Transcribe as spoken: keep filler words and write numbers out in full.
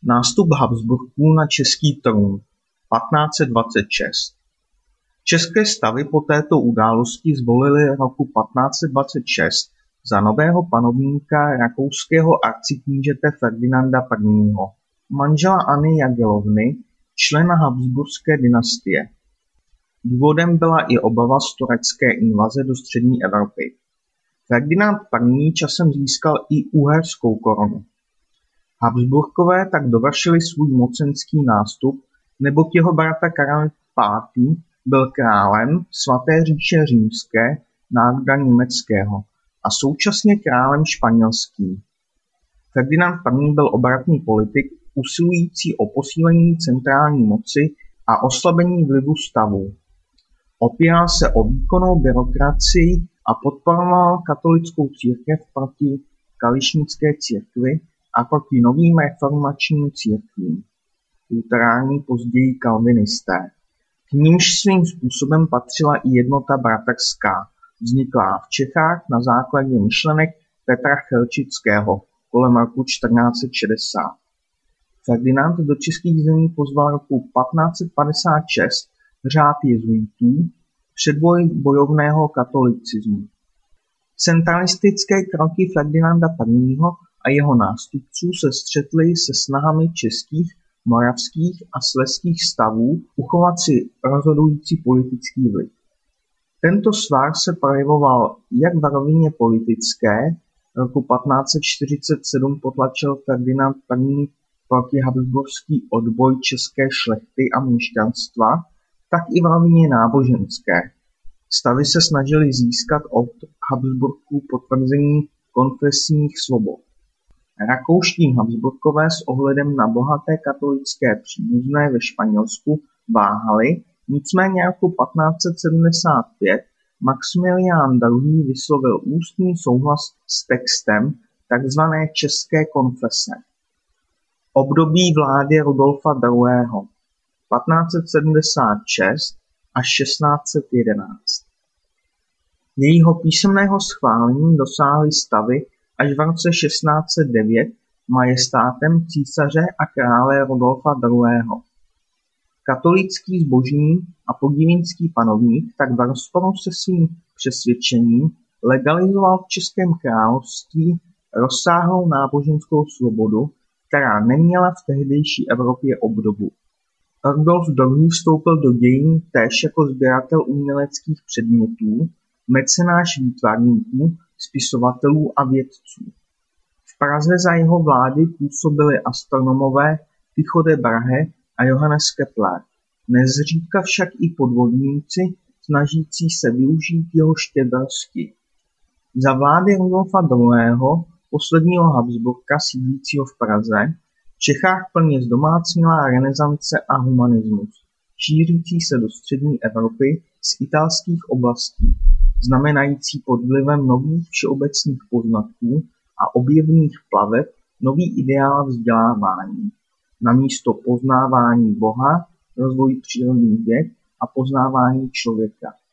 Nástup Habsburků na český trůn patnáct set dvacet šest. České stavy po této události zvolily roku patnáct set dvacet šest za nového panovníka rakouského arciknížete Ferdinanda I., manžela Anny Jagellovny, člena habsburské dynastie. Důvodem byla i obava z turecké invaze do střední Evropy. Ferdinand I. časem získal i uherskou korunu. Habsburkové tak dovršili svůj mocenský nástup, neboť jeho bratr Karel pátý. Byl králem Svaté říše římské národa německého a současně králem španělským. Ferdinand I. byl obratný politik, usilující o posílení centrální moci a oslabení vlivu stavů. Opíral se o výkonnou byrokracii a podporoval katolickou církev proti kališnické církvi a proti novým reformačním církvím, luterání, později kalvinisté. K nímž svým způsobem patřila i jednota bratrská, vzniklá v Čechách na základě myšlenek Petra Chelčického kolem roku čtrnáct set šedesát. Ferdinand do českých zemí pozval roku patnáct set padesát šest řád jezuitů, předvoj bojovného katolicismu. Centralistické kroky Ferdinanda I. a jeho nástupců se střetly se snahami českých, moravských a slezských stavů uchovat si rozhodující politický vliv. Tento svar se projevoval jak v rovině politické, roku patnáct set čtyřicet sedm potlačil Ferdinand I. proti habsburský odboj české šlechty a měšťanstva, tak i v rovině náboženské. Stavy se snažily získat od Habsburků potvrzení konfesních svobod. Rakouští Habsburkové s ohledem na bohaté katolické příbuzné ve Španělsku váhali, nicméně roku patnáct set sedmdesát pět Maxmilián druhý. Vyslovil ústní souhlas s textem tzv. České konfese. Období vlády Rudolfa druhého. patnáct set sedmdesát šest až šestnáct set jedenáct. Jejího písemného schválení dosáhly stavy až v roce šestnáct set devět majestátem císaře a krále Rudolfa druhého. Katolický zbožný a podivínský panovník tak v rozporu se svým přesvědčením legalizoval v Českém království rozsáhlou náboženskou svobodu, která neměla v tehdejší Evropě obdobu. Rudolf druhý. Vstoupil do dějin též jako sběratel uměleckých předmětů, mecenáš výtvarníků, spisovatelů a vědců. V Praze za jeho vlády působili astronomové Tycho de Brahe a Johannes Kepler, nezřídka však i podvodníci snažící se využít jeho štědrosti. Za vlády Rudolfa druhého., posledního Habsburka sídlícího v Praze, v Čechách plně zdomácnila renesance a humanismus, šířící se do střední Evropy z italských oblastí, znamenající pod vlivem nových všeobecných poznatků a objevných plaveb nový ideál vzdělávání, namísto poznávání Boha, rozvoj přírodních věd a poznávání člověka.